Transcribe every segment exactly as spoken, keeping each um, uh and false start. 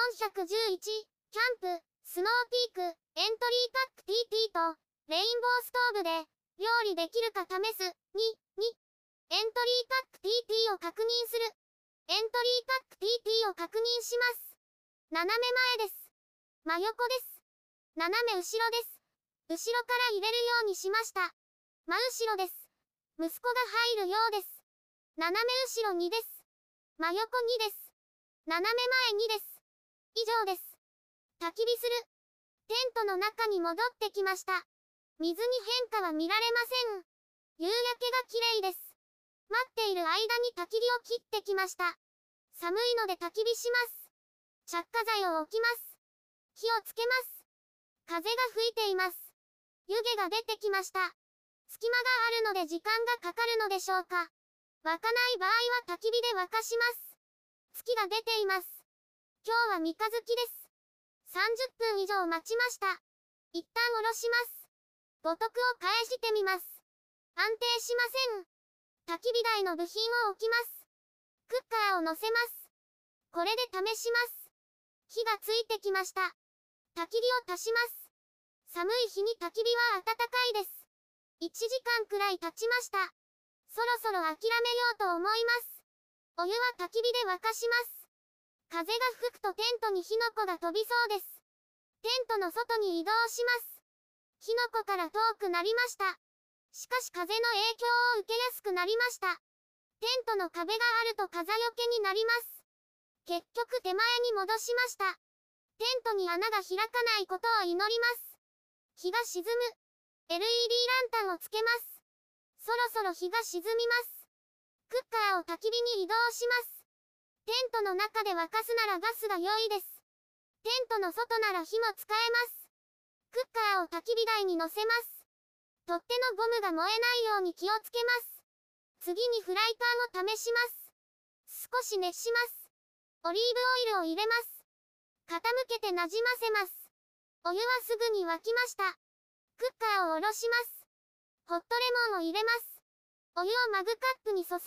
んひゃくじゅういち、キャンプ、スノーピーク、エントリーパック ティーティー と、レインボーストーブで、料理できるか試す。に、に、エントリーパック ティーティー を確認する。エントリーパック ティーティー を確認します。斜め前です。真横です。斜め後ろです。後ろから入れるようにしました。真後ろです。息子が入るようです。斜め後ろにです。真横にです。斜め前にです。以上です。焚き火する。テントの中に戻ってきました。水に変化は見られません。夕焼けが綺麗です。待っている間に焚き火を切ってきました。寒いので焚き火します。着火剤を置きます。火をつけます。風が吹いています。湯気が出てきました。隙間があるので時間がかかるのでしょうか。沸かない場合は焚き火で沸かします。月が出ています。今日は三日月です。さんじゅっぷん以上待ちました。一旦下ろします。五徳を返してみます。安定しません。焚き火台の部品を置きます。クッカーを乗せます。これで試します。火がついてきました。焚き火を足します。寒い日に焚き火は暖かいです。いちじかんくらい経ちました。そろそろ諦めようと思います。お湯は焚き火で沸かします。風が吹くとテントに火の粉が飛びそうです。テントの外に移動します。火の粉から遠くなりました。しかし風の影響を受けやすくなりました。テントの壁があると風よけになります。結局手前に戻しました。テントに穴が開かないことを祈ります。日が沈む。エルイーディー ランタンをつけます。そろそろ日が沈みます。クッカーを焚き火に移動します。テントの中で沸かすならガスが良いです。テントの外なら火も使えます。クッカーを焚き火台に乗せます。取っ手のゴムが燃えないように気をつけます。次にフライパンを試します。少し熱します。オリーブオイルを入れます。傾けてなじませます。お湯はすぐに沸きました。クッカーを下ろします。ホットレモンを入れます。お湯をマグカップに注ぎます。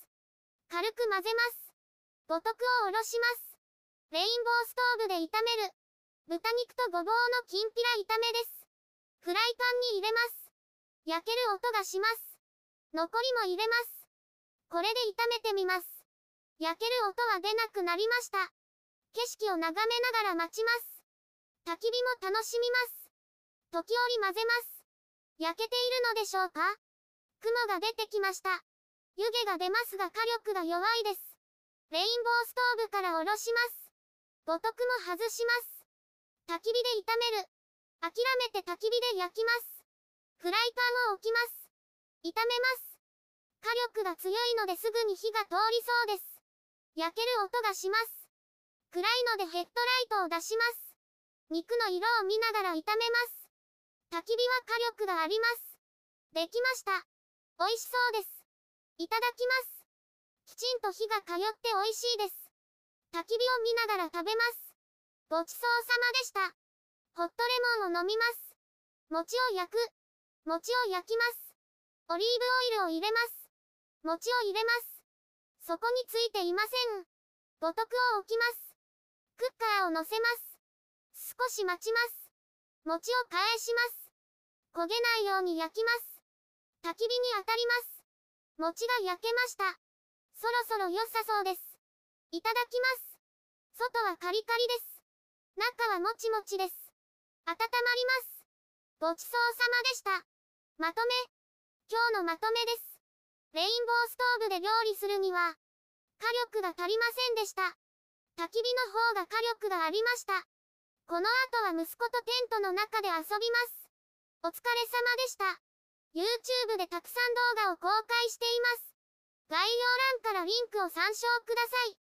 軽く混ぜます。五徳を下ろします。レインボーストーブで炒める。豚肉とごぼうのきんぴら炒めです。フライパンに入れます。焼ける音がします。残りも入れます。これで炒めてみます。焼ける音は出なくなりました。景色を眺めながら待ちます。焚き火も楽しみます。時折混ぜます。焼けているのでしょうか？雲が出てきました。湯気が出ますが火力が弱いです。レインボーストーブから下ろします。五徳も外します。焚き火で炒める。諦めて焚き火で焼きます。フライパンを置きます。炒めます。火力が強いのですぐに火が通りそうです。焼ける音がします。暗いのでヘッドライトを出します。肉の色を見ながら炒めます。焚き火は火力があります。できました。美味しそうです。いただきます。きちんと火が通って美味しいです。焚き火を見ながら食べます。ごちそうさまでした。ホットレモンを飲みます。餅を焼く。餅を焼きます。オリーブオイルを入れます。餅を入れます。そこについていません。五徳を置きます。クッカーを乗せます。少し待ちます。餅を返します。焦げないように焼きます。焚き火に当たります。餅が焼けました。そろそろ良さそうです。いただきます。外はカリカリです。中はもちもちです。温まります。ごちそうさまでした。まとめ。今日のまとめです。レインボーストーブで料理するには、火力が足りませんでした。焚き火の方が火力がありました。この後は息子とテントの中で遊びます。お疲れ様でした。YouTube でたくさん動画を公開しています。概要欄からリンクを参照ください。